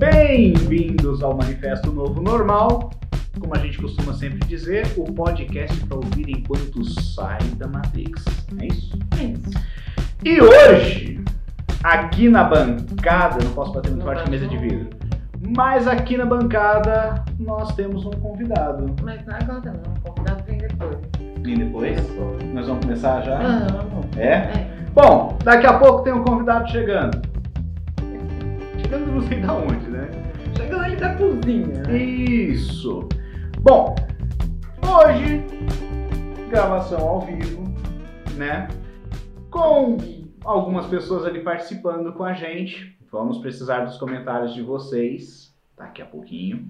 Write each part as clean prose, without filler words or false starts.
Bem-vindos ao Manifesto Novo Normal. Como a gente costuma sempre dizer, o podcast para ouvir enquanto sai da Matrix. É isso? É isso. E hoje, aqui na bancada, não posso bater muito forte na mesa de vidro, mas aqui na bancada nós temos um convidado. Mas não é agora não, o convidado vem depois. E depois? Nós vamos começar já? Vamos. É? Bom, daqui a pouco tem um convidado chegando. Chegando não sei da onde, né? Chegando ali da cozinha. Isso. Bom, hoje, gravação ao vivo, né? Com algumas pessoas ali participando com a gente. Vamos precisar dos comentários de vocês daqui a pouquinho.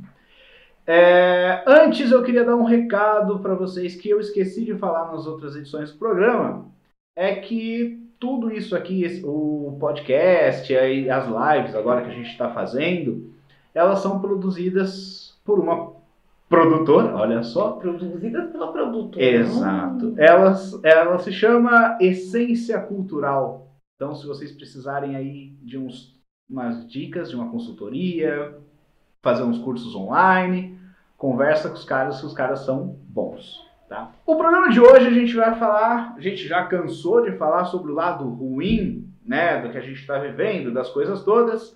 Antes eu queria dar um recado para vocês que eu esqueci de falar nas outras edições do programa. É que tudo isso aqui, o podcast e as lives agora que a gente está fazendo, elas são produzidas por uma produtora, olha só. Produzidas pela produtora. Exato. Ela se chama Essência Cultural. Então, se vocês precisarem aí de umas dicas, de uma consultoria, fazer uns cursos online, conversa com os caras, que os caras são bons. Tá? O programa de hoje a gente vai falar, a gente já cansou de falar sobre o lado ruim, né, do que a gente está vivendo, das coisas todas,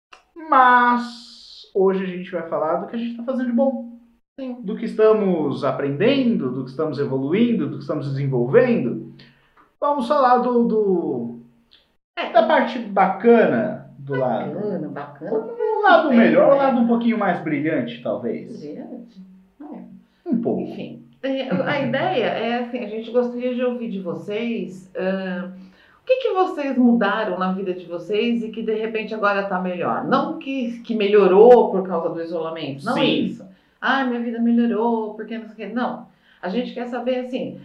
mas hoje a gente vai falar do que a gente está fazendo de bom. Sim. Do que estamos aprendendo, do que estamos evoluindo, do que estamos desenvolvendo. Vamos falar da parte bacana do lado. Bacana. O lado melhor, o lado um pouquinho mais brilhante, talvez. Brilhante. Um pouco. Enfim, a ideia é assim, a gente gostaria de ouvir de vocês o que vocês mudaram na vida de vocês e que de repente agora está melhor. Não que melhorou por causa do isolamento, não. Sim. Isso. Ah, minha vida melhorou, porque não sei o que. Não. A gente quer saber assim,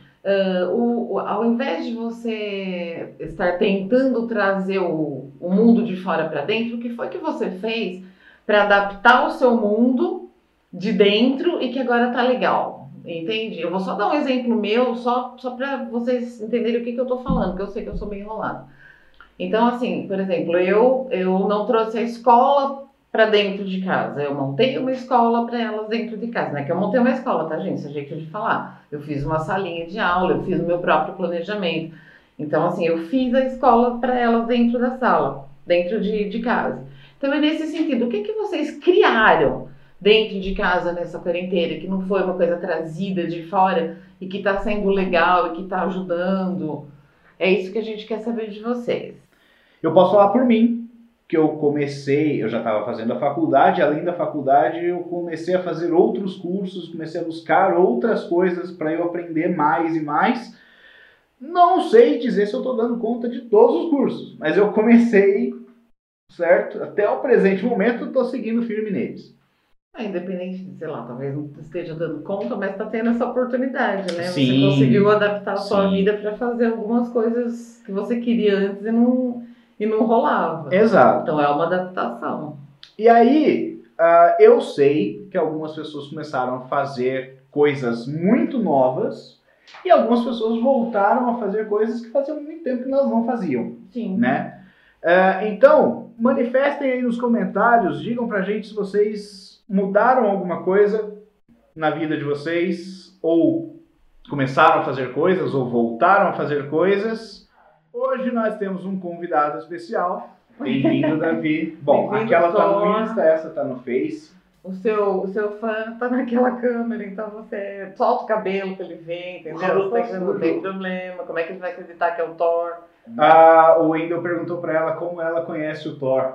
ao invés de você estar tentando trazer o mundo de fora para dentro, o que foi que você fez para adaptar o seu mundo de dentro e que agora tá legal? Entende? Eu vou só dar um exemplo meu, só para vocês entenderem o que eu tô falando, porque eu sei que eu sou bem enrolada. Então, assim, por exemplo, eu não trouxe a escola para dentro de casa. Eu montei uma escola para elas dentro de casa. Não é que eu montei uma escola, tá, gente? Isso é jeito de falar. Eu fiz uma salinha de aula, eu fiz o meu próprio planejamento. Então, assim, eu fiz a escola para elas dentro da sala, dentro de casa. Então, é nesse sentido. O que vocês criaram dentro de casa nessa quarentena, que não foi uma coisa trazida de fora e que está sendo legal e que está ajudando? É isso que a gente quer saber de vocês. Eu posso falar por mim. Que eu já estava fazendo a faculdade, além da faculdade eu comecei a fazer outros cursos, comecei a buscar outras coisas para eu aprender mais e mais. Não sei dizer se eu estou dando conta de todos os cursos, mas eu comecei, certo? Até o presente momento eu estou seguindo firme neles. Independente de, sei lá, talvez não esteja dando conta, mas está tendo essa oportunidade, né? Sim, você conseguiu adaptar a sua sim. vida para fazer algumas coisas que você queria antes e não rolava. Exato. Então é uma adaptação. E aí, eu sei que algumas pessoas começaram a fazer coisas muito novas e algumas pessoas voltaram a fazer coisas que faziam muito tempo que elas não faziam. Sim. Né? Então, manifestem aí nos comentários, digam pra gente se vocês mudaram alguma coisa na vida de vocês, ou começaram a fazer coisas, ou voltaram a fazer coisas. Hoje nós temos um convidado especial. Bem-vindo, Davi. Bom, aquela tá no Insta, essa tá no Face. O seu fã tá naquela câmera, então você solta o cabelo pra ele ver, entendeu? Não tem problema. Como é que ele vai acreditar que é o Thor? O Wendel perguntou pra ela como ela conhece o Thor.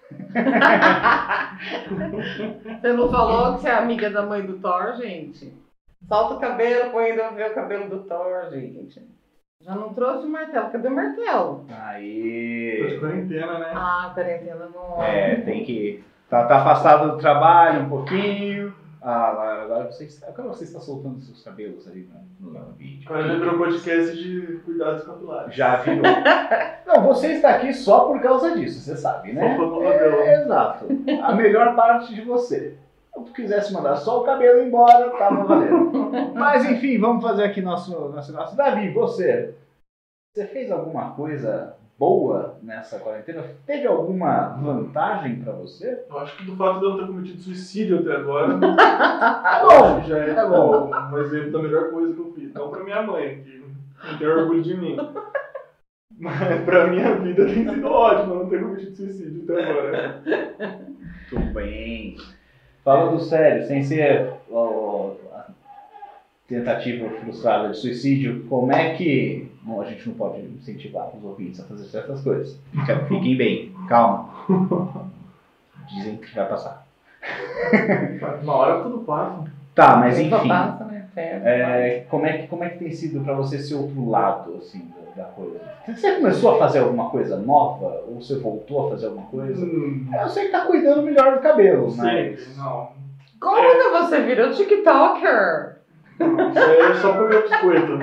Você não falou que você é amiga da mãe do Thor, gente? Solta o cabelo, põe ainda ver o cabelo do Thor, gente. Já não trouxe o martelo. Cadê o martelo? Aí. Tô de quarentena, né? Quarentena não. Tem que. Tá afastado do trabalho um pouquinho. Agora você está soltando seus cabelos ali no vídeo. Agora já virou podcast de cuidados capilares. Já virou. Não, você está aqui só por causa disso, você sabe, né? Só pelo cabelo. Exato. A melhor parte de você. Se eu quisesse mandar só o cabelo embora, tava valendo. Mas enfim, vamos fazer aqui nosso. Davi, você fez alguma coisa boa nessa quarentena? Teve alguma vantagem pra você? Eu acho que do fato de eu não ter cometido suicídio até agora, É eu acho que já é é bom. um exemplo da melhor coisa que eu fiz. Não pra minha mãe, que não tem orgulho de mim. Mas pra minha vida tem sido ótimo não ter cometido suicídio até agora. Tudo bem. Falando sério, sem ser a tentativa frustrada de suicídio, como é que... Bom, a gente não pode incentivar os ouvintes a fazer certas coisas. Fiquem bem, calma. Dizem que vai passar. Uma hora tudo passa. Tá, mas Só enfim. passa, né? Como é que tem sido pra você esse outro lado, assim, da coisa? Você começou a fazer alguma coisa nova? Ou você voltou a fazer alguma coisa? Eu sei que tá cuidando melhor do cabelo, mas... Sim, não. Quando você virou TikToker? Não, isso aí é só pro meu biscoito.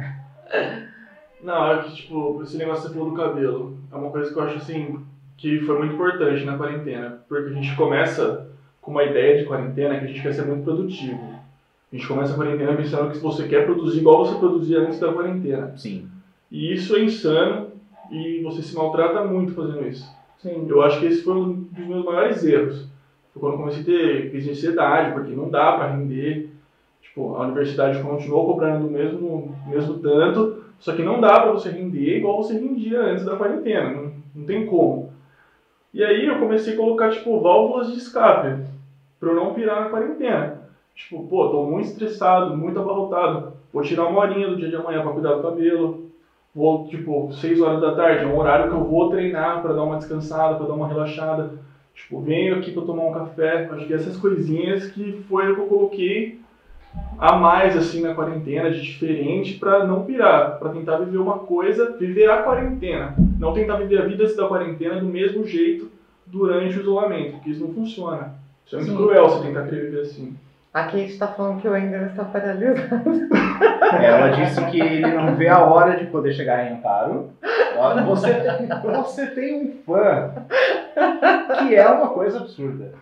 Não, é que, tipo, esse negócio que você falou do cabelo é uma coisa que eu acho, assim, que foi muito importante na quarentena. Porque a gente começa com uma ideia de quarentena que a gente quer ser muito produtivo. A gente começa a quarentena pensando que você quer produzir igual você produzia antes da quarentena. Sim. E isso é insano e você se maltrata muito fazendo isso. Sim. Eu acho que esse foi um dos meus maiores erros. Foi quando eu comecei a ter crise de ansiedade, porque não dá pra render. Tipo, a universidade continuou cobrando o mesmo tanto, só que não dá pra você render igual você rendia antes da quarentena. Não tem como. E aí eu comecei a colocar, tipo, válvulas de escape pra eu não pirar na quarentena. Tipo, pô, tô muito estressado, muito abarrotado. Vou tirar uma horinha do dia de amanhã pra cuidar do cabelo. Vou, tipo, 6 horas da tarde, é um horário que eu vou treinar pra dar uma descansada, pra dar uma relaxada. Tipo, venho aqui pra tomar um café. Acho que essas coisinhas que foi o que eu coloquei a mais, assim, na quarentena, de diferente, pra não pirar. Pra tentar viver uma coisa, viver a quarentena. Não tentar viver a vida da quarentena do mesmo jeito durante o isolamento, porque isso não funciona. Isso é muito cruel você tentar querer viver assim. Aqui a gente tá falando que o Wendel está paralisado. Ela disse que ele não vê a hora de poder chegar em Amparo. Você tem um fã, que é uma coisa absurda.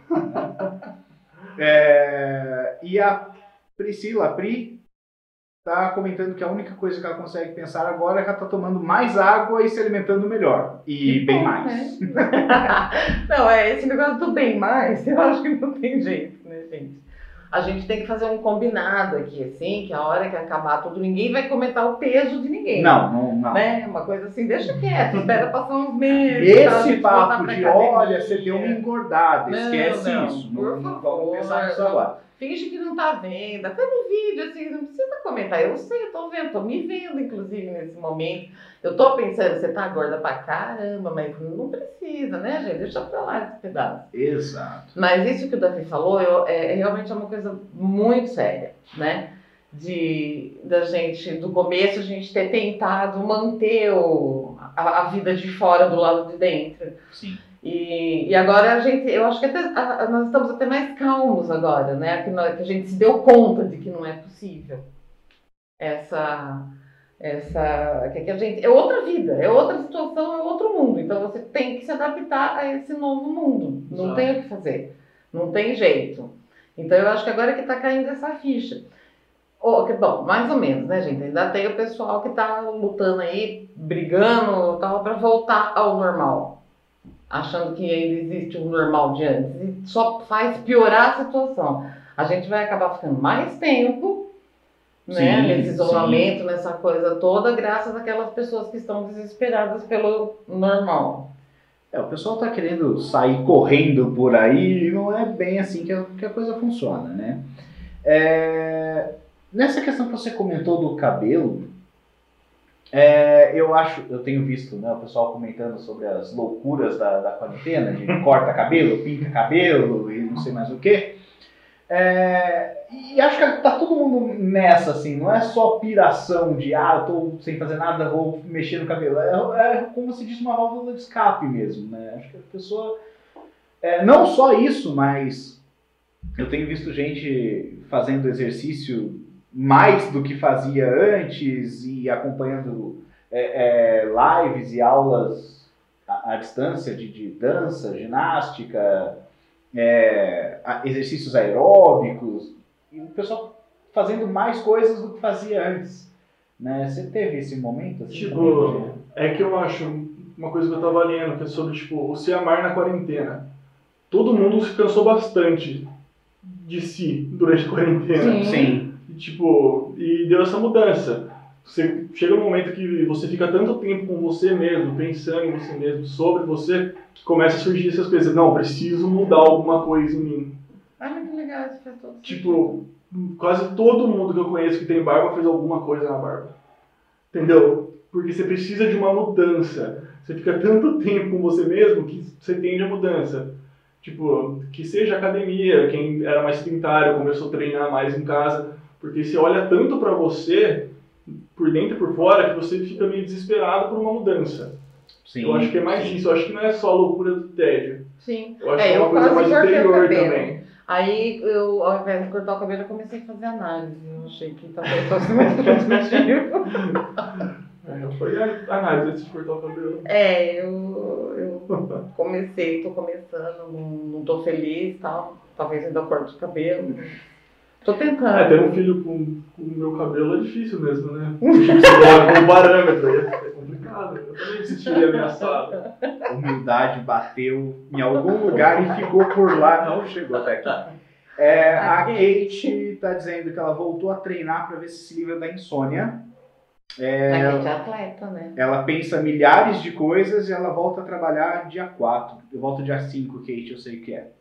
E a Priscila, a Pri, tá comentando que a única coisa que ela consegue pensar agora é que ela tá tomando mais água e se alimentando melhor. E bem mais. Né? Não, esse negócio do bem mais, eu acho que não tem jeito, né, gente? A gente tem que fazer um combinado aqui, assim, que a hora que acabar tudo, ninguém vai comentar o peso de ninguém. Não. Né? Uma coisa assim, deixa quieto, espera passar uns meses. Esse papo de, olha, você deu uma engordada, esquece isso. Por não favor, vamos pensar nisso agora. Finge que não tá vendo, até no vídeo, assim, não precisa comentar. Eu sei, eu tô vendo, tô me vendo, inclusive, nesse momento. Eu tô pensando, você tá gorda pra caramba, mas não precisa, né, gente? Deixa pra lá esse pedaço. Exato. Mas isso que o Davi falou, realmente é uma coisa muito séria, né? Da gente, do começo, a gente ter tentado manter a vida de fora do lado de dentro. Sim. E agora eu acho que nós estamos até mais calmos agora, né? Que a gente se deu conta de que não é possível. Que a gente, é outra vida, é outra situação, é outro mundo. Então você tem que se adaptar a esse novo mundo. Não Exato. tem o que fazer. Não tem jeito. Então eu acho que agora que está caindo essa ficha. Bom, mais ou menos, né, gente? Ainda tem o pessoal que está lutando aí, brigando tal, para voltar ao normal. Achando que ainda existe um normal de antes. E só faz piorar a situação. A gente vai acabar ficando mais tempo, né, nesse isolamento, nessa coisa toda, graças àquelas pessoas que estão desesperadas pelo normal. O pessoal tá querendo sair correndo por aí e não é bem assim que a coisa funciona, né? Nessa questão que você comentou do cabelo, eu tenho visto, né, o pessoal comentando sobre as loucuras da quarentena, de corta cabelo, pinta cabelo e não sei mais o quê. E acho que tá todo mundo nessa, assim, não é só piração de, eu tô sem fazer nada, vou mexer no cabelo. Como se diz, uma válvula de escape mesmo, né? Acho que a pessoa... não só isso, mas eu tenho visto gente fazendo exercício mais do que fazia antes e acompanhando lives e aulas à distância de dança, ginástica, exercícios aeróbicos, e o pessoal fazendo mais coisas do que fazia antes, né? Você teve esse momento? Assim, tipo, é que eu acho, uma coisa que eu tava lendo, que é sobre, tipo, o se amar na quarentena. Todo mundo se cansou bastante de si durante a quarentena. Sim. E, tipo, e deu essa mudança. Você chega um momento que você fica tanto tempo com você mesmo, pensando em você mesmo, sobre você, que começa a surgir essas coisas. Não, preciso mudar alguma coisa em mim. Olha que legal, isso faz todo Tipo, quase todo mundo que eu conheço que tem barba fez alguma coisa na barba. Entendeu? Porque você precisa de uma mudança. Você fica tanto tempo com você mesmo que você tende a mudança. Tipo, que seja academia, quem era mais sedentário começou a treinar mais em casa. Porque você olha tanto pra você, por dentro e por fora, que você fica meio desesperado por uma mudança. Sim. Eu acho que é mais isso. Eu acho que não é só a loucura do tédio. Sim. Eu acho que é uma coisa quase mais cortei o interior cabelo. também. Aí, eu, ao invés de cortar o cabelo, eu comecei a fazer análise. Eu achei que talvez fosse mais transmitivo. Eu falei, análise antes de cortar o cabelo. Eu tô começando, não tô feliz e tal. Talvez ainda corte o cabelo. Tô tentando. Ter um filho com o meu cabelo é difícil mesmo, né? Você coloca como parâmetro, é complicado. Eu também me sentiria ameaçado. A humildade bateu em algum lugar e ficou por lá, não chegou até aqui. A Kate tá dizendo que ela voltou a treinar para ver se se livra da insônia. A Kate é atleta, né? Ela pensa milhares de coisas e ela volta a trabalhar dia 4. Eu volto dia 5, Kate, eu sei o que é.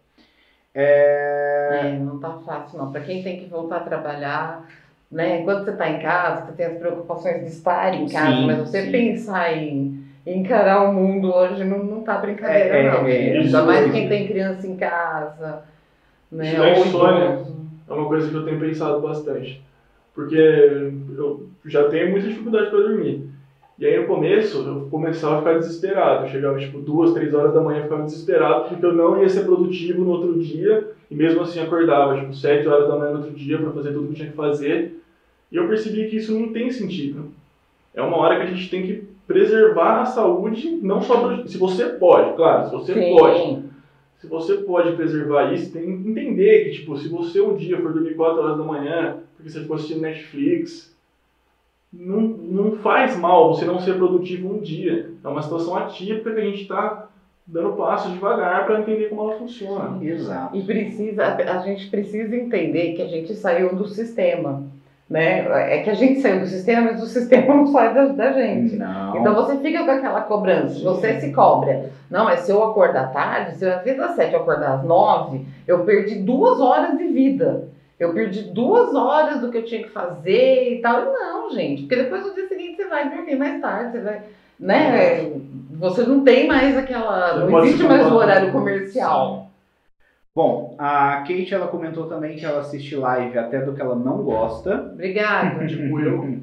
Não tá fácil não. Pra quem tem que voltar a trabalhar, né? Enquanto você tá em casa, você tem as preocupações de estar em casa, Sim, mas você sim. pensar em encarar o mundo hoje não tá brincadeira não. Ainda isso mais mesmo. quem tem criança em casa, né? Isso da Ou insônia idoso. é uma coisa que eu tenho pensado bastante. Porque eu já tenho muita dificuldade para dormir. E aí no começo eu começava a ficar desesperado. Eu chegava tipo 2, 3 horas da manhã e ficava desesperado porque eu não ia ser produtivo no outro dia. E mesmo assim acordava tipo 7 horas da manhã no outro dia para fazer tudo que tinha que fazer. E eu percebi que isso não tem sentido. É uma hora que a gente tem que preservar a saúde, não só se você pode, claro, se você Sim. pode. Se você pode preservar isso, tem que entender que, tipo, se você um dia for dormir 4 horas da manhã, porque você ficou assistindo Netflix, não faz mal você não ser produtivo um dia. É uma situação atípica que a gente está dando passos devagar para entender como ela funciona. Exato. E a gente precisa entender que a gente saiu do sistema, né? É que a gente saiu do sistema, mas o sistema não sai da gente. Não. Então você fica com aquela cobrança, você se cobra. Não, mas se eu acordar tarde, se eu às vezes às 7 eu acordar às 9, eu perdi 2 horas de vida. Eu perdi 2 horas do que eu tinha que fazer e tal. E não, gente, porque depois no dia seguinte você vai dormir mais tarde, você vai, né? Você não tem mais aquela. Você Não pode existe se mais o culpar. horário comercial. Bom, a Kate ela comentou também que ela assiste live até do que ela não gosta. Obrigada. Tipo eu.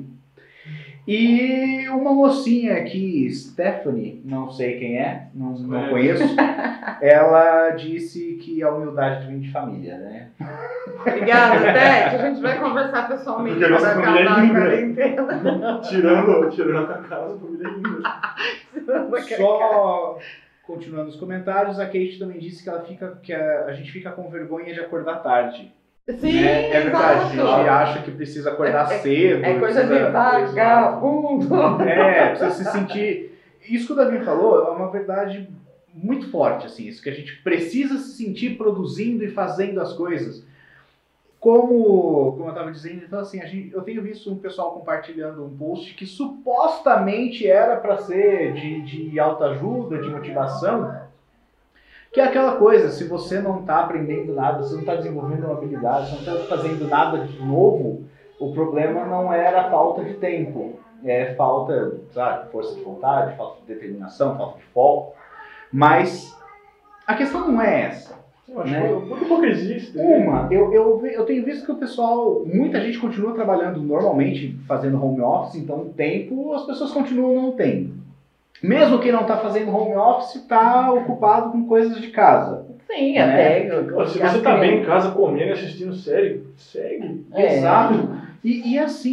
E uma mocinha aqui, Stephanie, não sei quem é, não conheço, ela disse que a humildade vem de família, né? Obrigada, Tete. A gente vai conversar pessoalmente Porque a nossa quando família é acabar a linda. quarentena. Tirando a casa, a família é linda. Só continuando os comentários, a Kate também disse que ela fica, que a gente fica com vergonha de acordar tarde. Sim, Né? É verdade, a gente exato. acha que precisa acordar cedo. É coisa de precisa... vagabundo. Precisa se sentir... Isso que o Davi falou é uma verdade muito forte, assim, isso que a gente precisa se sentir produzindo e fazendo as coisas. Como eu estava dizendo, então assim, eu tenho visto um pessoal compartilhando um post que supostamente era para ser de autoajuda, de motivação, que é aquela coisa, se você não está aprendendo nada, se você não está desenvolvendo uma habilidade, se você não está fazendo nada de novo, o problema não era a falta de tempo, é falta, sabe, força de vontade, falta de determinação, falta de foco, mas a questão não é essa. Eu acho que muito pouco existe. Eu tenho visto que o pessoal, muita gente continua trabalhando normalmente, fazendo home office, então o tempo as pessoas continuam não tendo. Mesmo quem não está fazendo home office está ocupado com coisas de casa. Sim, Né? até. Se você tá bem em casa comendo e assistindo série, segue. Exato. E assim,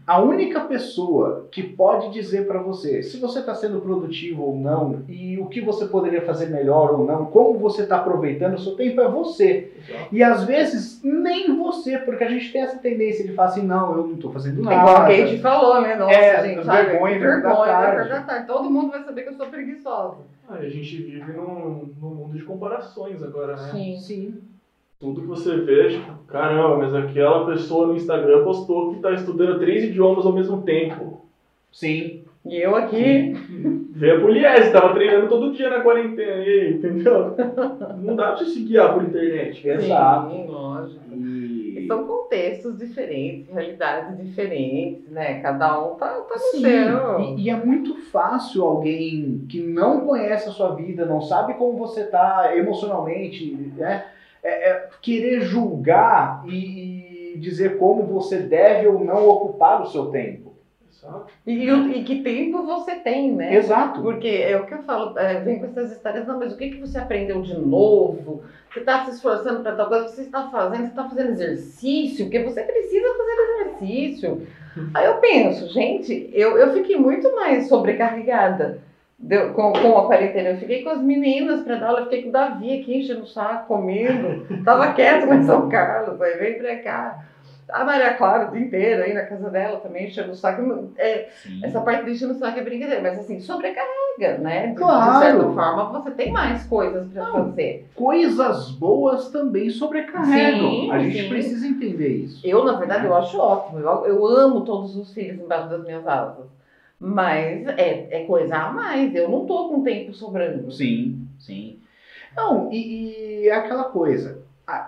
a única pessoa que pode dizer para você se você está sendo produtivo ou não, e o que você poderia fazer melhor ou não, como você está aproveitando o seu tempo, é você. Exato. E às vezes nem você, porque a gente tem essa tendência de falar assim, não, eu não estou fazendo É igual a nada. Kate falou, né? Nossa, gente, sabe? vergonha da Vergonha tarde. da tarde. Todo mundo vai saber que eu sou preguiçosa. A gente vive num mundo de comparações agora, né? Sim. Tudo que você vê, tipo, caramba, mas aquela pessoa no Instagram postou que tá estudando 3 idiomas ao mesmo tempo. Sim. E eu aqui... Vê a Pugliese, tava treinando todo dia na quarentena aí, entendeu? Não dá pra você se guiar por internet. Exato. Sim, lógico. E... São contextos diferentes, realidades diferentes, né? Cada um tá no Sim, seu. e é muito fácil alguém que não conhece a sua vida, não sabe como você tá emocionalmente, né? Querer julgar e dizer como você deve ou não ocupar o seu tempo. Exato. E que tempo você tem, né? Exato. Porque é o que eu falo, vem com essas histórias, não, mas o que você aprendeu de novo? Você está se esforçando para tal coisa, você está fazendo exercício, porque você precisa fazer exercício. Aí eu penso, gente, eu fiquei muito mais sobrecarregada com a quarentena. Eu fiquei com as meninas para dar aula, eu fiquei com o Davi aqui enchendo o saco, comendo, tava quieto em São Carlos, aí vem pra cá. A Maria Clara o dia inteiro aí na casa dela também enchendo o saco. Essa parte de enchendo o saco é brincadeira, mas assim, sobrecarrega, né? Claro. De certa forma, você tem mais coisas para fazer. Coisas boas também sobrecarregam. Sim, a gente sim. precisa entender isso. Eu, na verdade, eu acho ótimo. Eu amo todos os filhos embaixo das minhas asas. Mas é coisa a mais. Eu não tô com tempo sobrando. Sim. Não, e é aquela coisa.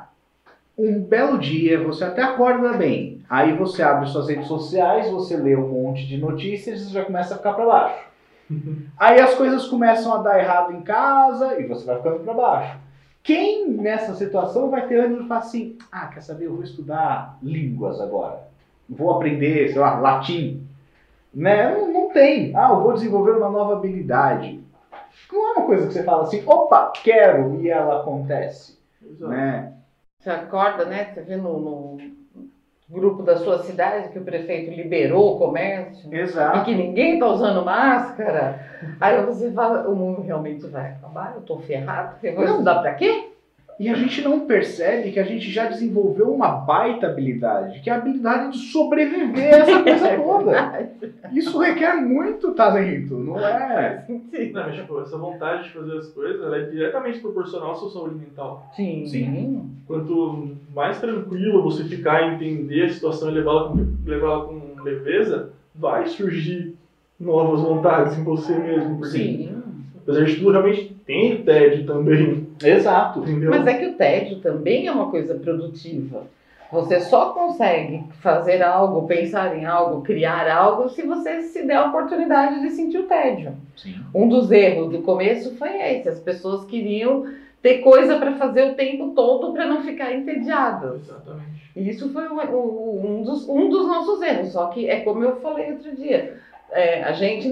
Um belo dia, você até acorda bem. Aí você abre suas redes sociais, você lê um monte de notícias e já começa a ficar para baixo. Aí as coisas começam a dar errado em casa e você vai ficando para baixo. Quem nessa situação vai ter ânimo de falar assim, quer saber, eu vou estudar línguas agora. Vou aprender, sei lá, latim. Né? Não tem. Eu vou desenvolver uma nova habilidade. Não é uma coisa que você fala assim, opa, quero, e ela acontece. Exato. Né? Você acorda, né? Você vê no grupo da sua cidade que o prefeito liberou o comércio. Exato. E que ninguém está usando máscara. Aí você fala, o mundo realmente vai acabar, eu estou ferrado, eu vou estudar para quê? E a gente não percebe que a gente já desenvolveu uma baita habilidade, que é a habilidade de sobreviver a essa coisa toda. Isso requer muito talento, não é? Não, mas, tipo, essa vontade de fazer as coisas, ela é diretamente proporcional à sua saúde mental. Sim. Quanto mais tranquilo você ficar em entender a situação e levá-la com leveza, vai surgir novas vontades em você mesmo. Porque, Sim. apesar de tudo, realmente tem o tédio também. Exato. Entendeu? Mas é que o tédio também é uma coisa produtiva. Você só consegue fazer algo, pensar em algo, criar algo, se você se der a oportunidade de sentir o tédio. Sim. Um dos erros do começo foi esse. As pessoas queriam ter coisa para fazer o tempo todo para não ficar entediadas. Exatamente. E isso foi um dos nossos erros. Só que é como eu falei outro dia. A gente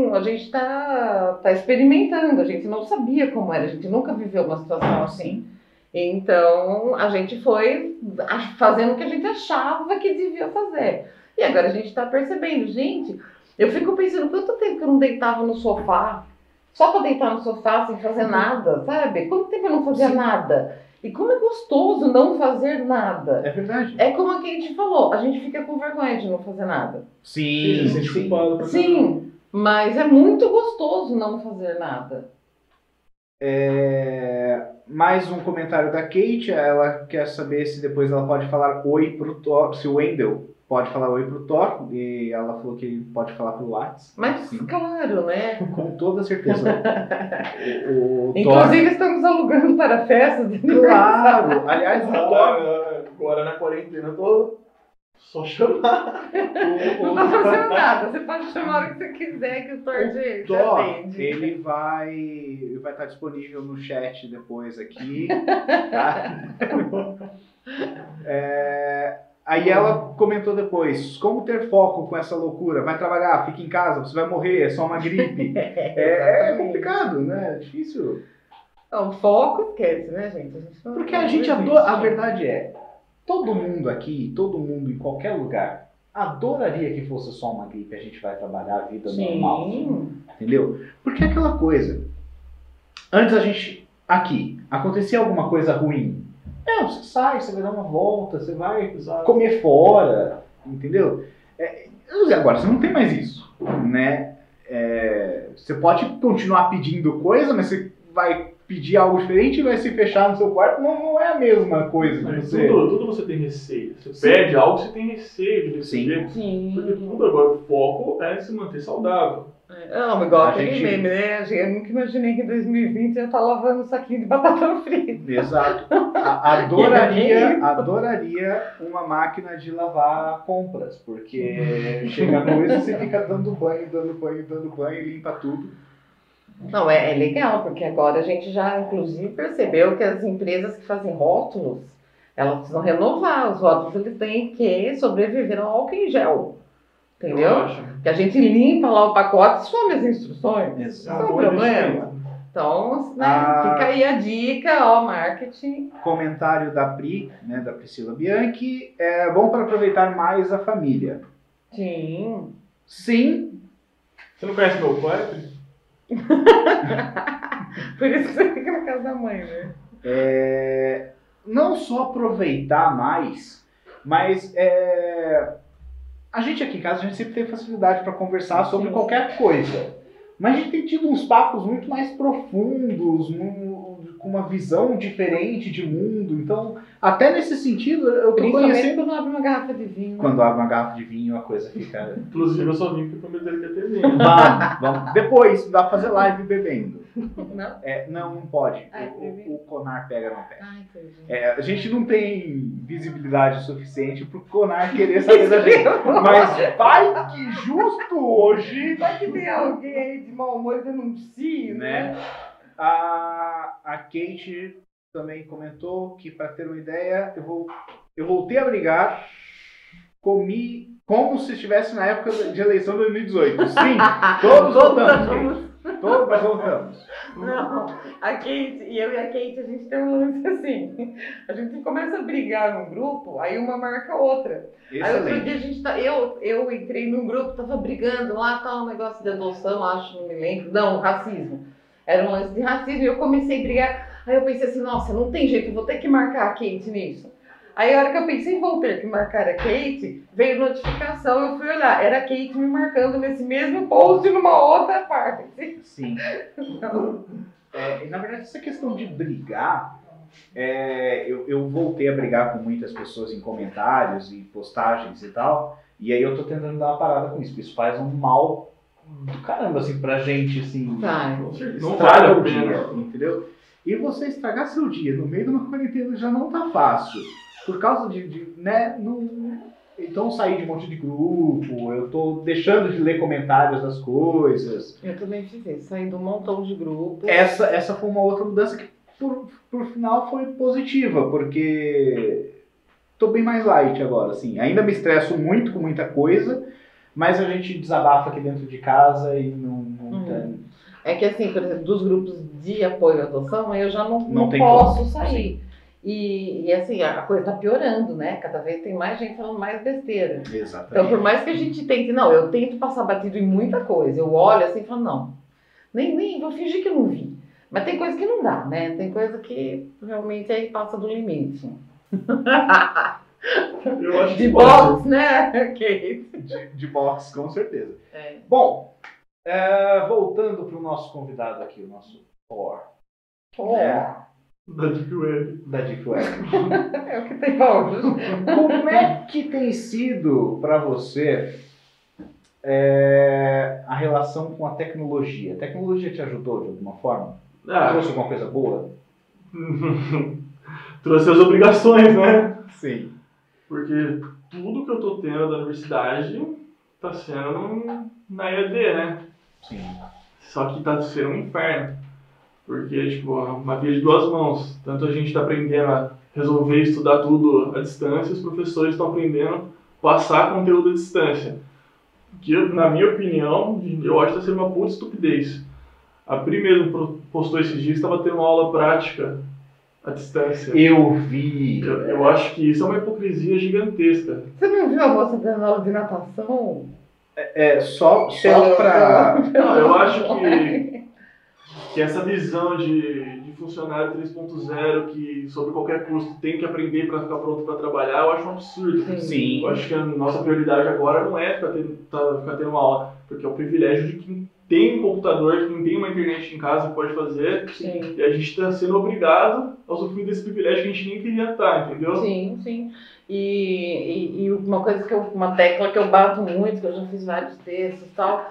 está experimentando, a gente não sabia como era, a gente nunca viveu uma situação assim. Então a gente foi fazendo o que a gente achava que devia fazer. E agora a gente está percebendo, gente, eu fico pensando quanto tempo que eu não deitava no sofá, só para deitar no sofá sem fazer nada, sabe? Quanto tempo eu não fazia nada? E como é gostoso não fazer nada. É verdade. É como a Kate falou, a gente fica com vergonha de não fazer nada. Sim, Você se sente culpado pra caramba. Sim, mas é muito gostoso não fazer nada. Mais um comentário da Kate, ela quer saber se depois ela pode falar oi pro Thor, se o Wendell pode falar oi pro Thor, e ela falou que ele pode falar pro WhatsApp. Mas Sim, claro, né? com toda certeza. o Thor, Inclusive estamos alugando para festas de claro, aliás, o Thor, Agora na quarentena eu tô só chamar. Não tá fazendo nada, você pode chamar a hora que você quiser que o Thor te Thor, atende. ele vai estar disponível no chat depois aqui, tá? Aí ela comentou depois, como ter foco com essa loucura? Vai trabalhar, fica em casa, você vai morrer, é só uma gripe. É complicado, né? É difícil. Não, foco esquece, né, gente? Porque a gente adora, a verdade é, todo mundo aqui, todo mundo em qualquer lugar, adoraria que fosse só uma gripe, a gente vai trabalhar a vida Sim. normal. Entendeu? Porque é aquela coisa. Antes a gente, aqui, acontecia alguma coisa ruim. Você sai, você vai dar uma volta, você vai comer fora, entendeu? Agora, você não tem mais isso, né? Você pode continuar pedindo coisa, mas você vai pedir algo diferente e vai se fechar no seu quarto, não é a mesma coisa. Tudo você tem receio. Você pede algo, você tem receio de receber. Sim. Porque tudo agora, o foco é se manter saudável. Não, igual aquele meme, né? Eu nunca imaginei que em 2020 eu ia estar lavando um saquinho de batata frita. Exato. Adoraria uma máquina de lavar compras, porque chega a noite e você fica dando banho e limpa tudo. Não, é legal, porque agora a gente já, inclusive, percebeu que as empresas que fazem rótulos, elas precisam renovar. Os rótulos, eles têm que sobreviver ao álcool em gel. Entendeu? Que a gente limpa lá o pacote e some as instruções. Exato. Não é um problema. Então, né, fica aí a dica, marketing. Comentário da Pri, né, da Priscila Bianchi, é bom para aproveitar mais a família. Sim. Sim. Você não conhece meu pai, Pri? Por isso que você fica na casa da mãe, né? Não só aproveitar mais, mas a gente aqui em casa, a gente sempre tem facilidade para conversar sobre qualquer coisa. Mas a gente tem tido uns papos muito mais profundos, com uma visão diferente de mundo. Então, até nesse sentido, eu tô conhecendo... quando abre uma garrafa de vinho. Quando abre uma garrafa de vinho, a coisa fica... Inclusive, eu só vim porque prometeram que ia ter vinho. Vamos. Depois, dá pra fazer live bebendo. Não? Não pode. O Conar pega no pé. A gente não tem visibilidade suficiente pro Conar querer saber da gente. Mas vai que justo hoje... Vai que tem alguém aí de mau humor e denuncie, né? A Kate também comentou que, para ter uma ideia, eu voltei a brigar, comi como se estivesse na época de eleição de 2018. Sim, todos voltamos. Todos voltamos. Não, a Kate, eu e a Kate, a gente tem um lance assim. A gente começa a brigar num grupo, aí uma marca a outra. Excelente. Aí outro dia a gente eu entrei num grupo, tava brigando lá, tal, um negócio de adoção, acho, não me lembro. Não, racismo. Era um lance de racismo e eu comecei a brigar. Aí eu pensei assim, nossa, não tem jeito, eu vou ter que marcar a Kate nisso. Aí a hora que eu pensei, vou ter que marcar a Kate, veio notificação, eu fui olhar, era a Kate me marcando nesse mesmo post numa outra parte. Sim. Então, na verdade, essa questão de brigar, eu voltei a brigar com muitas pessoas em comentários e postagens e tal, e aí eu tô tentando dar uma parada com isso, porque isso faz um mal do caramba, assim, pra gente, assim. Não vale o dia, entendeu? E você estragar seu dia no meio de uma quarentena já não tá fácil. Por causa né, então saí de um monte de grupo, eu tô deixando de ler comentários das coisas. Eu também fiz isso, saí de um montão de grupos. Essa foi uma outra mudança que, por final, foi positiva, porque tô bem mais light agora, assim. Ainda me estresso muito com muita coisa, mas a gente desabafa aqui dentro de casa e não tem... É que assim, por exemplo, dos grupos de apoio à adoção, eu já não tem posso como sair. E assim, a coisa tá piorando, né? Cada vez tem mais gente falando mais besteira. Exatamente. Então, por mais que a gente tente... Não, eu tento passar batido em muita coisa. Eu olho assim e falo, não. Nem vou fingir que eu não vi. Mas tem coisa que não dá, né? Tem coisa que realmente aí passa do limite. Eu acho de box, né? Okay. De box, com certeza. Bom, voltando para o nosso convidado aqui, o nosso Thor. Da Deep Web. Da Deep Web. É o que tem hoje. Como é que tem sido para você a relação com a tecnologia? A tecnologia te ajudou de alguma forma? Trouxe alguma coisa boa? Trouxe as obrigações, né? Sim. Porque tudo que eu tô tendo da universidade tá sendo na EAD, né? Sim. Só que tá sendo um inferno. Porque, tipo, uma via de duas mãos. Tanto a gente tá aprendendo a resolver e estudar tudo à distância, os professores estão aprendendo a passar conteúdo à distância. Que, na minha opinião, eu acho que tá sendo uma puta estupidez. A Pri mesmo postou esses dias, estava tendo uma aula prática à distância. Eu vi. Eu acho que isso é uma hipocrisia gigantesca. Você não viu a moça dando aula de natação? Só pra... Não, eu acho que essa visão de funcionário 3.0 que sobre qualquer custo tem que aprender para ficar pronto para trabalhar, eu acho um absurdo. Sim. Eu acho que a nossa prioridade agora não é ficar tendo uma aula, porque é o privilégio de quem tem um computador, quem tem uma internet em casa pode fazer. Sim. E a gente está sendo obrigado a usufruir desse privilégio que a gente nem queria estar, entendeu? Sim, sim. E uma coisa uma tecla que eu bato muito, que eu já fiz vários textos e tal,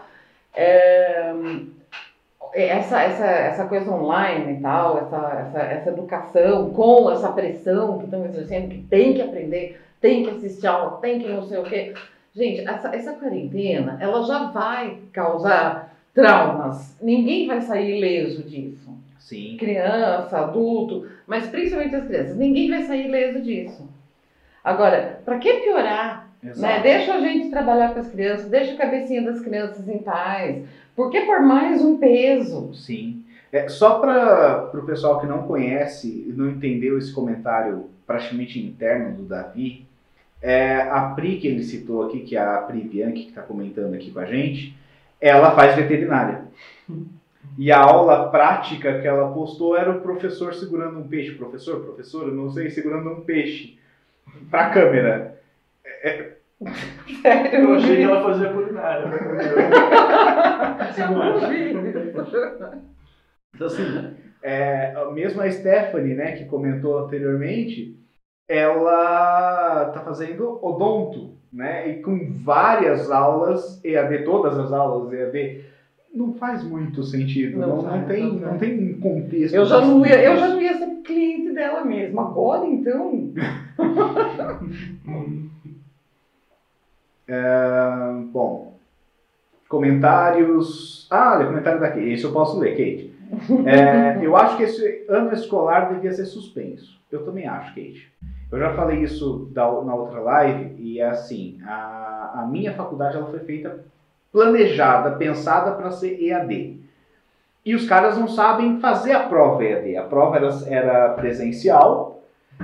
essa coisa online e tal, essa educação com essa pressão que estão exercendo, que tem que aprender, tem que assistir aula, tem que não sei o quê. Gente, essa quarentena, ela já vai causar traumas. Ninguém vai sair ileso disso. Sim. Criança, adulto, mas principalmente as crianças. Ninguém vai sair ileso disso. Agora, para que piorar? Né? Deixa a gente trabalhar com as crianças, deixa a cabecinha das crianças em paz. Por que por mais um peso? Sim. Só para o pessoal que não conhece e não entendeu esse comentário praticamente interno do Davi, a Pri que ele citou aqui, que é a Pri Bianchi, que está comentando aqui com a gente, ela faz veterinária. E a aula prática que ela postou era o professor segurando um peixe. Professora, não sei, segurando um peixe para a câmera. Sério? Eu achei que ela fazia culinária. Eu não vi. Então, assim, mesmo a Stephanie, né, que comentou anteriormente, ela está fazendo odonto, né, e com várias aulas EAD, todas as aulas EAD, não faz muito sentido, não tem contexto. Eu já não ia ser cliente dela mesmo, agora então. Bom, comentários. Olha, comentário daqui, esse eu posso ler, Kate. Eu acho que esse ano escolar devia ser suspenso. Eu também acho, Kate. Eu já falei isso na outra live e é assim, a minha faculdade ela foi feita planejada, pensada para ser EAD. E os caras não sabem fazer a prova EAD. A prova era presencial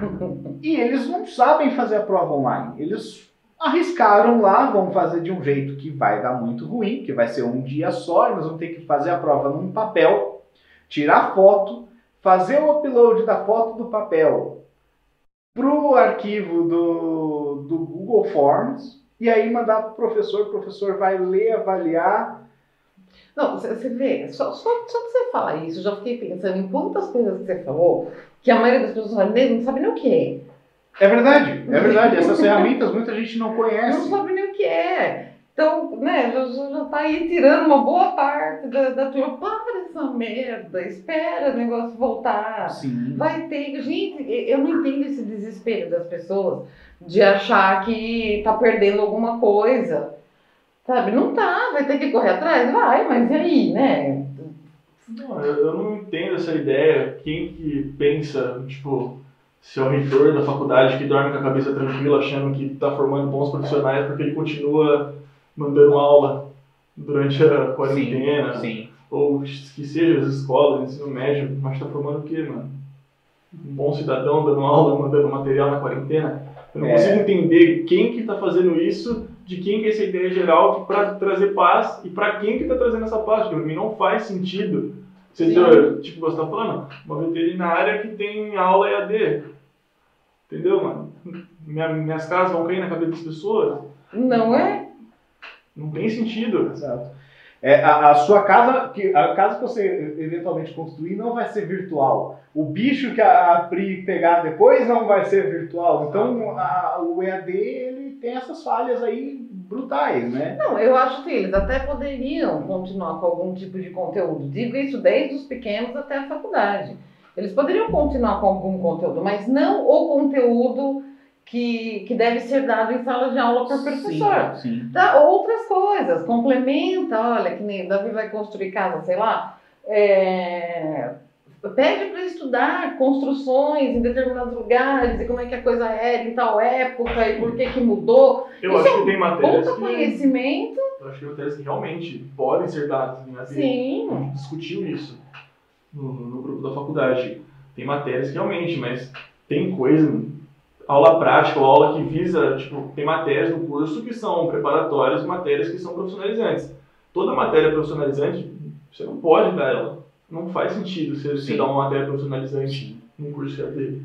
e eles não sabem fazer a prova online. Eles arriscaram lá, vão fazer de um jeito que vai dar muito ruim, que vai ser um dia só, e nós vamos ter que fazer a prova num papel, tirar foto, fazer o upload da foto do papel pro arquivo do Google Forms, e aí mandar pro professor, o professor vai ler, avaliar. Não, você vê, só de você falar isso, eu já fiquei pensando em quantas coisas que você falou, que a maioria das pessoas não sabe nem o que é. É verdade. Essas ferramentas muita gente não conhece. Não sabe nem o que é. Então, né, já tá aí tirando uma boa parte da turma. Para essa merda, espera o negócio voltar. Sim. Vai ter. Gente, eu não entendo esse desespero das pessoas de achar que tá perdendo alguma coisa. Sabe? Não tá, vai ter que correr atrás? Vai, mas e aí, né? Não, eu não entendo essa ideia. Quem que pensa, tipo, se é o reitor da faculdade que dorme com a cabeça tranquila, achando que tá formando bons profissionais porque ele continua mandando aula durante a quarentena, sim. Ou que seja as escolas, ensino médio, mas tá formando o quê, mano? Um bom cidadão dando aula, mandando material na quarentena? Eu não consigo entender quem que tá fazendo isso, de quem que é essa ideia geral para trazer paz e para quem que tá trazendo essa paz, porque pra mim não faz sentido. Tipo, você tá falando, uma veterinária que tem aula EAD, entendeu, mano? Minhas casas vão cair na cabeça das pessoas? Não é? Não tem sentido. Exato. A sua casa, a casa que você eventualmente construir não vai ser virtual. O bicho que a Pri pegar depois não vai ser virtual. Então o EAD ele tem essas falhas aí brutais, né? Não, eu acho que eles até poderiam continuar com algum tipo de conteúdo. Digo isso desde os pequenos até a faculdade. Eles poderiam continuar com algum conteúdo, mas não o conteúdo que deve ser dado em sala de aula por professor. Sim. Dá outras coisas, complementa, olha, que nem o Davi vai construir casa, sei lá, pede para estudar construções em determinados lugares e como é que a coisa era em tal época e por que mudou. Eu acho que tem matérias que... conhecimento. Eu acho que tem matérias que realmente podem ser dadas, né? Sim. A gente discutiu isso no grupo da faculdade. tem matérias que realmente, mas tem coisa, aula prática ou aula que visa, tipo, tem matérias no curso que são preparatórias e matérias que são profissionalizantes. Toda matéria profissionalizante, você não pode dar ela. Não faz sentido você dar uma matéria profissionalizante num curso EAD.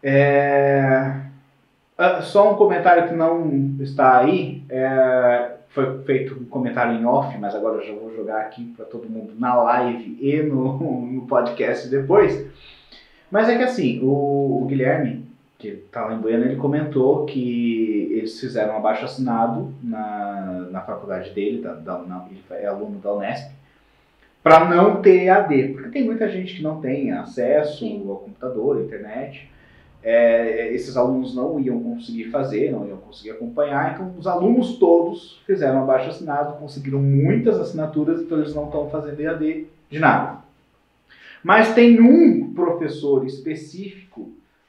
Só um comentário que não está aí. Foi feito um comentário em off, mas agora eu já vou jogar aqui para todo mundo na live e no podcast depois. Mas é que assim, o Guilherme, que está lá em Goiânia, ele comentou que eles fizeram um abaixo-assinado na faculdade dele, ele é aluno da Unesp, para não ter EAD, porque tem muita gente que não tem acesso ao computador, à internet. Esses alunos não iam conseguir fazer, não iam conseguir acompanhar, então os alunos todos fizeram um abaixo-assinado, conseguiram muitas assinaturas, então eles não estão fazendo EAD de nada. Mas tem um professor específico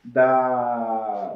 da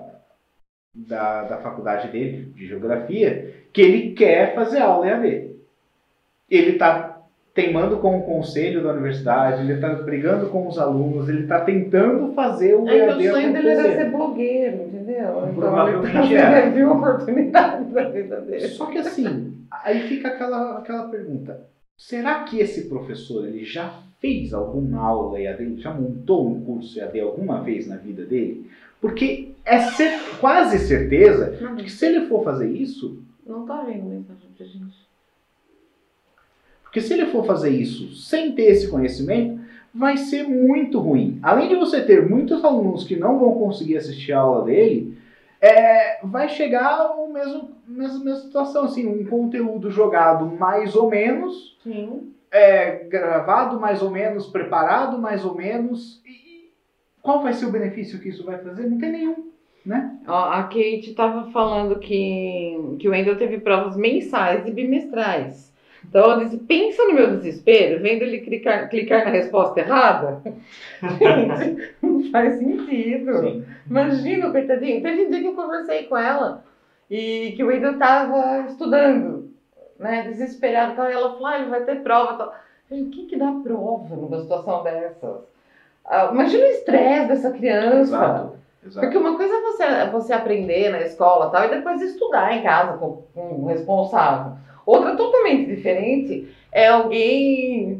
faculdade dele, de geografia, que ele quer fazer aula EAD. Ele está teimando com o conselho da universidade, ele está brigando com os alunos, ele está tentando fazer o EAD acontecer. O sonho dele era ser blogueiro, entendeu? Provavelmente ele viu oportunidade da vida dele. Só que assim, aí fica aquela pergunta, será que esse professor ele já fez alguma aula EAD, já montou um curso EAD alguma vez na vida dele? Porque quase certeza que se ele for fazer isso... Não tá vendo mensagem pra gente. Porque se ele for fazer isso sem ter esse conhecimento, vai ser muito ruim. Além de você ter muitos alunos que não vão conseguir assistir a aula dele, vai chegar a mesma situação, assim, um conteúdo jogado mais ou menos, gravado mais ou menos, preparado mais ou menos, e qual vai ser o benefício que isso vai trazer? Não tem nenhum, né? A Kate estava falando que o Wendel teve provas mensais e bimestrais. Então ela disse, pensa no meu desespero, vendo ele clicar na resposta errada. Gente, não faz sentido. Sim. Imagina, coitadinho. Teve um dia que eu conversei com ela e que o Wendel estava estudando, né, desesperado. E ela falou, ele vai ter prova. Tal. Gente, o que dá prova numa situação dessas? Imagina o estresse dessa criança. Exato. Porque uma coisa é você aprender na escola tal, e depois estudar em casa com um responsável. Outra totalmente diferente é alguém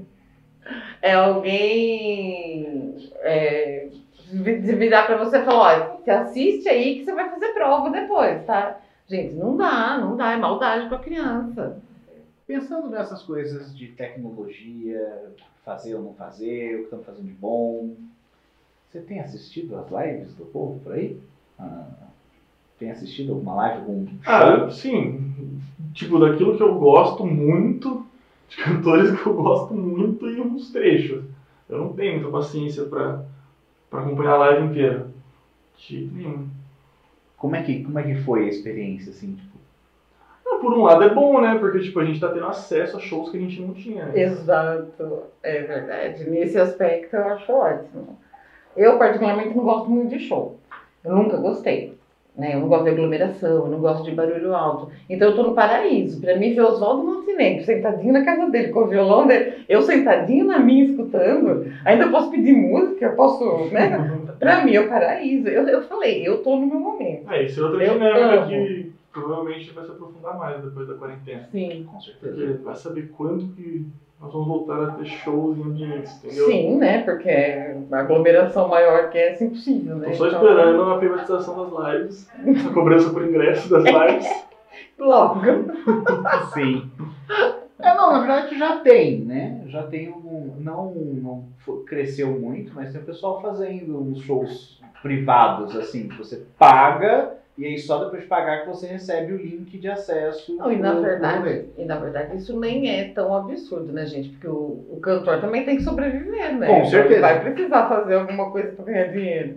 virar para você e falar, olha, você assiste aí que você vai fazer prova depois, tá? Gente, não dá, é maldade com a criança. Pensando nessas coisas de tecnologia, fazer ou não fazer, o que estão fazendo de bom, você tem assistido as lives do povo por aí? Tem assistido alguma live, algum show? Sim. Tipo, daquilo que eu gosto muito, de cantores que eu gosto muito e uns trechos. Eu não tenho muita paciência pra acompanhar a live inteira. De jeito nenhum. Como é que foi a experiência, assim, tipo? Por um lado é bom, né? Porque tipo, a gente tá tendo acesso a shows que a gente não tinha. Né? Exato, é verdade. Nesse aspecto eu acho ótimo. Eu particularmente não gosto muito de show. Eu nunca gostei. Né? Eu não gosto de aglomeração, eu não gosto de barulho alto. Então eu tô no paraíso. Pra mim ver Oswaldo Montenegro sentadinho na casa dele com o violão dele, eu sentadinho na minha escutando, ainda eu posso pedir música, eu posso, né? Pra mim é o paraíso. Eu falei, eu tô no meu momento. Isso é outra dinâmica que provavelmente vai se aprofundar mais depois da quarentena. Sim, com certeza. Porque vai saber quando que nós vamos voltar a ter shows em ambientes, entendeu? Sim, né? Porque a aglomeração maior que essa é impossível, né? Tô só esperando a privatização das lives, a cobrança por ingresso das lives. Logo. Sim. Não, na verdade já tem, né? Já tem não cresceu muito, mas tem o pessoal fazendo uns shows privados, assim, que você paga e aí só depois de pagar que você recebe o link de acesso. Não, e na verdade isso nem é tão absurdo, né, gente? Porque o cantor também tem que sobreviver, né? Com certeza. Ele vai precisar fazer alguma coisa para ganhar dinheiro.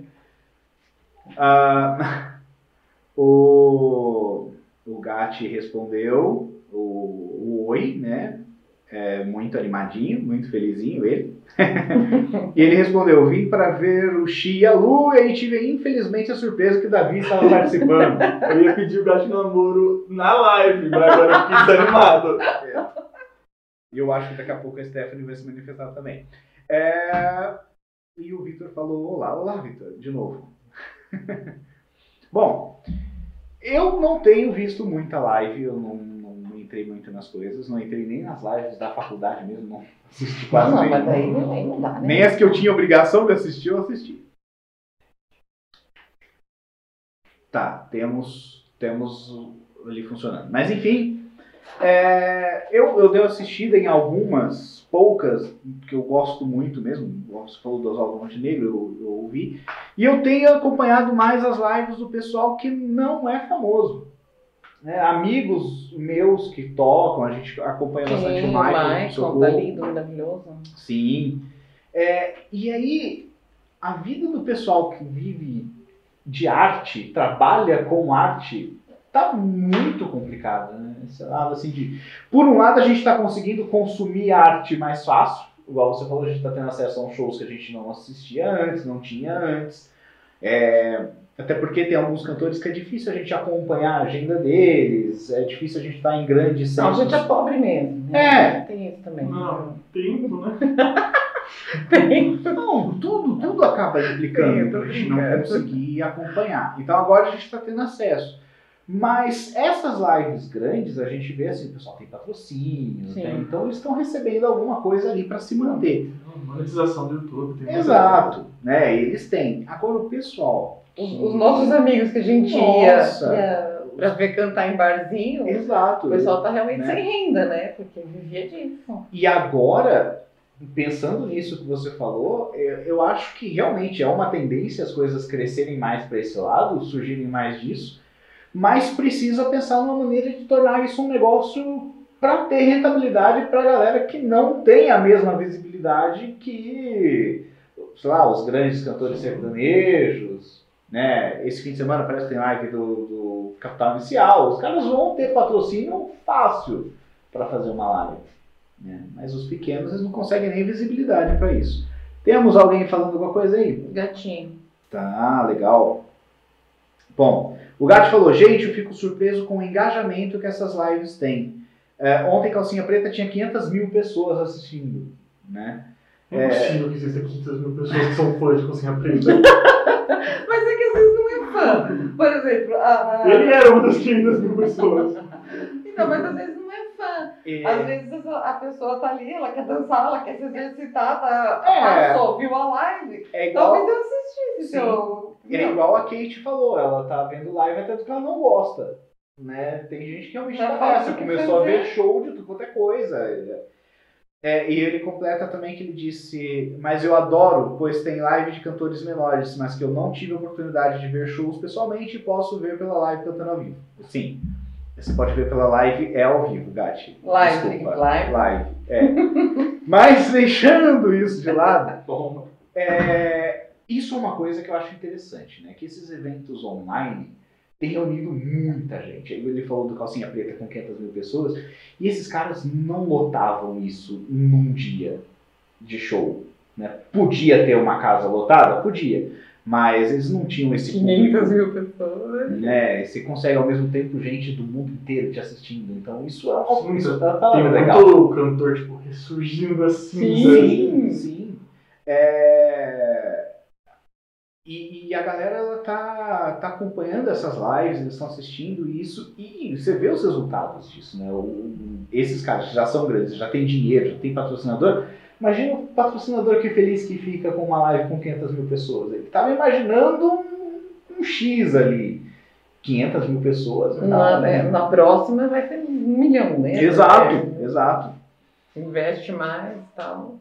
O Gatti respondeu o oi, né? Muito animadinho, muito felizinho ele. E ele respondeu, vim para ver o Xi e a Lu, e aí tive infelizmente a surpresa que o Davi estava participando. Eu ia pedir o Gatti namoro na live, mas agora eu fiquei desanimado. E eu acho que daqui a pouco a Stephanie vai se manifestar também. E o Vitor falou, olá, Vitor, de novo. Bom, eu não tenho visto muita live, eu não entrei muito nas coisas, não entrei nem nas lives da faculdade mesmo, não assisti quase Não, nenhuma. mas daí não dá, né? Nem as que eu tinha obrigação de assistir, eu assisti. Tá, temos ali funcionando. Mas enfim, eu dei assistida em algumas, poucas, que eu gosto muito mesmo. Você falou do Oswaldo Montenegro, eu ouvi. E eu tenho acompanhado mais as lives do pessoal que não é famoso. Amigos meus que tocam, a gente acompanha bastante o Michael, tá lindo, maravilhoso. Sim. E aí, a vida do pessoal que vive de arte, trabalha com arte, tá muito complicada, né? Esse lado, assim, por um lado, a gente está conseguindo consumir arte mais fácil, igual você falou, a gente está tendo acesso a uns shows que a gente não assistia antes, não tinha antes. Até porque tem alguns cantores que é difícil a gente acompanhar a agenda deles, é difícil a gente estar em grandes Não, a centros. gente é pobre mesmo. Né? Tem isso também. Não, tempo, né? Não, tudo acaba implicando pra gente não conseguir acompanhar. Então agora a gente está tendo acesso. Mas essas lives grandes, a gente vê assim, o pessoal tem patrocínio, né? Então eles estão recebendo alguma coisa ali para se manter. Monetização do YouTube. Tem Exato, né? Eles têm. Agora o pessoal... Os nossos amigos que a gente ia pra ver cantar em barzinho, exato, o pessoal tá realmente né? sem renda, né? Porque vivia disso. E agora, pensando nisso que você falou, eu acho que realmente é uma tendência as coisas crescerem mais para esse lado, surgirem mais disso, mas precisa pensar numa maneira de tornar isso um negócio para ter rentabilidade para a galera que não tem a mesma visibilidade que, sei lá, os grandes cantores sertanejos, né? Esse fim de semana parece que tem live do Capital Inicial, os caras vão ter patrocínio fácil para fazer uma live, né? Mas os pequenos eles não conseguem nem visibilidade para isso. Temos alguém falando alguma coisa aí? Gatinho. Tá, legal. Bom, o Gato falou, gente, eu fico surpreso com o engajamento que essas lives têm. Ontem Calcinha Preta tinha 500 mil pessoas assistindo, né? É impossível que existam 500 mil pessoas que são fãs de Calcinha Preta. Mas é que às vezes não é fã. Por exemplo, ele era uma das 500 mil pessoas. Então, mas às vezes não é fã. Às vezes a pessoa tá ali, ela quer dançar, ela quer se exercitar, passou, viu a live. Talvez eu assistisse. É igual a Kate falou, ela tá vendo live até do que ela não gosta, né? Tem gente que realmente tá nessa, começou a ver show de tudo quanto é coisa. E ele completa também que ele disse, mas eu adoro, pois tem live de cantores menores, mas que eu não tive a oportunidade de ver shows pessoalmente e posso ver pela live cantando ao vivo. Sim, você pode ver pela live, ao vivo, Gatti. Desculpa. Live. Mas deixando isso de lado, isso é uma coisa que eu acho interessante, né? Que esses eventos online têm reunido muita gente. Ele falou do Calcinha Preta com 500 mil pessoas, e esses caras não lotavam isso num dia de show, né? Podia ter uma casa lotada? Podia, mas eles não tinham esse 500 mil pessoas. Né? Você consegue ao mesmo tempo gente do mundo inteiro te assistindo, então isso é uma coisa tem legal. Muito cantor tipo, ressurgindo assim. Sim. E a galera ela tá acompanhando essas lives, eles estão assistindo isso e você vê os resultados disso, né? Esses caras já são grandes, já tem dinheiro, já tem patrocinador. Imagina o patrocinador que feliz que fica com uma live com 500 mil pessoas. Ele estava imaginando um X ali. 500 mil pessoas. Na próxima vai ter 1 milhão, né? Exato. Investe mais e tal.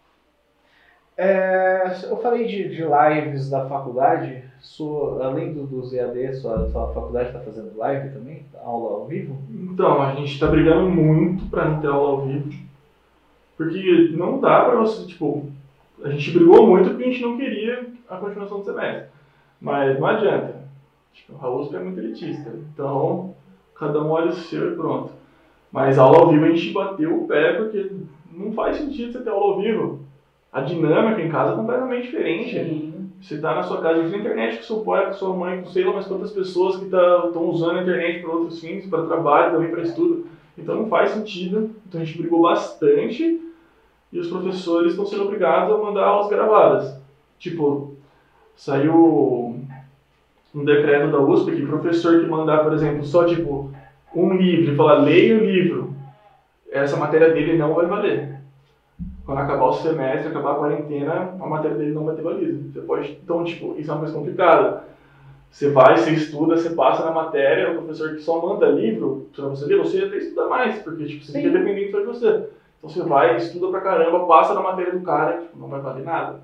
Eu falei de lives da faculdade, além dos EAD, sua faculdade está fazendo live também? Aula ao vivo? Então, a gente está brigando muito para não ter aula ao vivo, porque não dá para você, a gente brigou muito porque a gente não queria a continuação do semestre, mas não adianta, a USP é muito elitista, então cada um olha o seu e pronto. Mas aula ao vivo a gente bateu o pé porque não faz sentido você ter aula ao vivo. A dinâmica em casa é completamente diferente. Sim. Você está na sua casa, na internet com seu pai, com sua mãe, com sei lá, mas quantas pessoas que estão usando a internet para outros fins, para trabalho, também para estudo. Então não faz sentido. Então a gente brigou bastante e os professores estão sendo obrigados a mandar aulas gravadas. Tipo, saiu um decreto da USP que professor que mandar, por exemplo, só tipo um livro e falar leia o livro, essa matéria dele não vai valer. Quando acabar o semestre, acabar a quarentena, a matéria dele não vai ter validade. Você pode, então, tipo, isso é uma coisa complicada. Você vai, você estuda, você passa na matéria, o professor que só manda livro pra você ler, você até estuda mais, porque tipo, você fica dependente só de você. Então você vai, estuda pra caramba, passa na matéria do cara, tipo, não vai valer nada.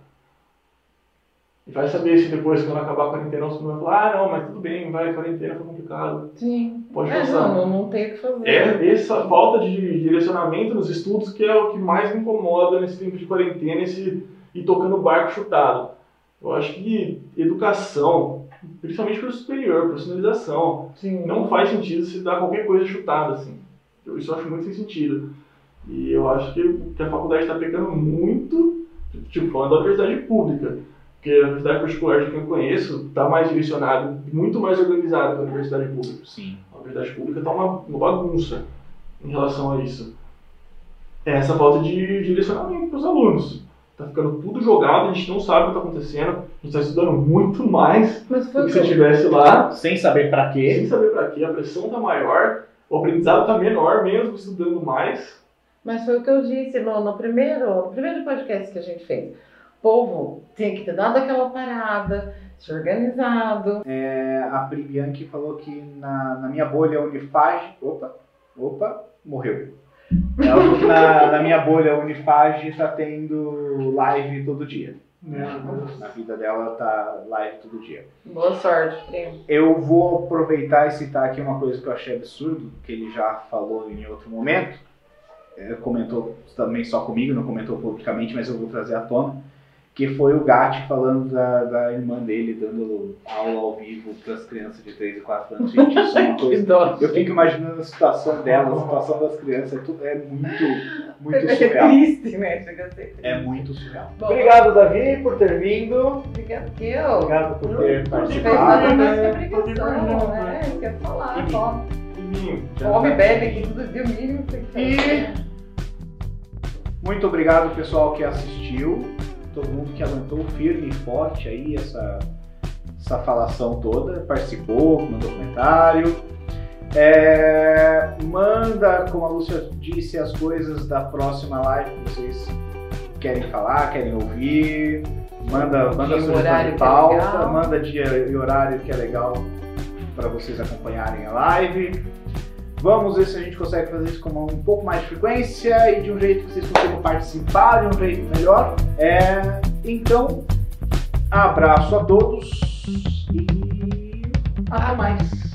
E vai saber se depois, quando acabar a quarentena, você não vai falar, não, mas tudo bem, vai, a quarentena foi complicado. Sim. Pode passar. Não tem o que fazer. É essa falta de direcionamento nos estudos que é o que mais me incomoda nesse tempo de quarentena, e tocando o barco chutado. Eu acho que educação, principalmente para o superior, profissionalização, não faz sentido se dar qualquer coisa chutada, assim. Isso eu acho muito sem sentido. E eu acho que a faculdade está pegando muito, tipo, falando da universidade pública, porque a universidade particular de quem eu conheço está mais direcionada, muito mais organizada que a universidade pública. Sim. A universidade pública está uma bagunça em relação a isso. É essa falta de direcionamento para os alunos. Tá ficando tudo jogado, a gente não sabe o que está acontecendo, a gente está estudando muito mais do que se estivesse lá. Sem saber para quê. Sem saber para quê, a pressão está maior, o aprendizado está menor, mesmo estudando mais. Mas foi o que eu disse no primeiro podcast que a gente fez. O povo tem que ter dado aquela parada, se organizado. A Pri Bianchi falou que na minha bolha Unifage... Opa, morreu. Ela falou que na minha bolha Unifage tá tendo live todo dia. Na vida dela tá live todo dia. Boa sorte, primo. Eu vou aproveitar e citar aqui uma coisa que eu achei absurdo, que ele já falou em outro momento. Comentou também só comigo, não comentou publicamente, mas eu vou trazer à tona. Que foi o Gatti falando da irmã dele, dando aula ao vivo para as crianças de 3 e 4 anos. Gente, isso é uma coisa... Eu fico imaginando a situação dela, a situação das crianças, é muito surreal. É triste, né? É muito surreal. Bom, obrigado, Davi, por ter vindo. Obrigado por ter Não participado. fez nada mais que obrigação, né? Quer falar, come, bebe aqui todo dia, o mínimo que tem que fazer. Muito obrigado, pessoal, que assistiu. Todo mundo que aguentou firme e forte aí essa falação toda, participou, mandou comentário. Manda, como a Lúcia disse, as coisas da próxima live que vocês querem falar, querem ouvir. Manda sugestão de pauta, manda dia e horário que é legal para vocês acompanharem a live. Vamos ver se a gente consegue fazer isso com um pouco mais de frequência e de um jeito que vocês consigam participar, de um jeito melhor. Então, abraço a todos e até mais.